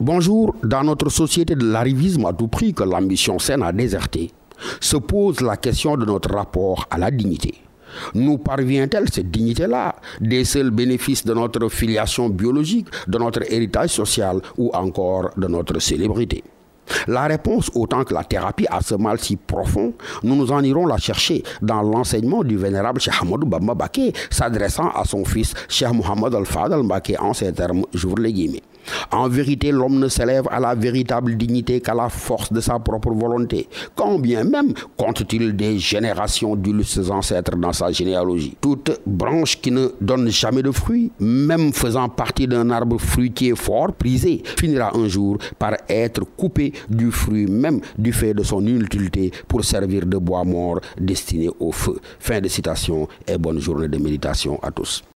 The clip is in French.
Bonjour, dans notre société de l'arrivisme à tout prix que l'ambition saine a déserté, se pose la question de notre rapport à la dignité. Nous parvient-elle cette dignité-là des seuls bénéfices de notre filiation biologique, de notre héritage social ou encore de notre célébrité? La réponse, autant que la thérapie à ce mal si profond, nous en irons la chercher dans l'enseignement du vénérable Cheikh Ahmadou Bamba Mbacké, s'adressant à son fils Cheikh Mohamed Al-Fadel Mbacké en ces termes, j'ouvre les guillemets. En vérité, l'homme ne s'élève à la véritable dignité qu'à la force de sa propre volonté. Quand bien même compte-t-il des générations d'illustres ancêtres dans sa généalogie. Toute branche qui ne donne jamais de fruits, même faisant partie d'un arbre fruitier fort prisé, finira un jour par être coupée du fruit même du fait de son inutilité pour servir de bois mort destiné au feu. Fin de citation et bonne journée de méditation à tous.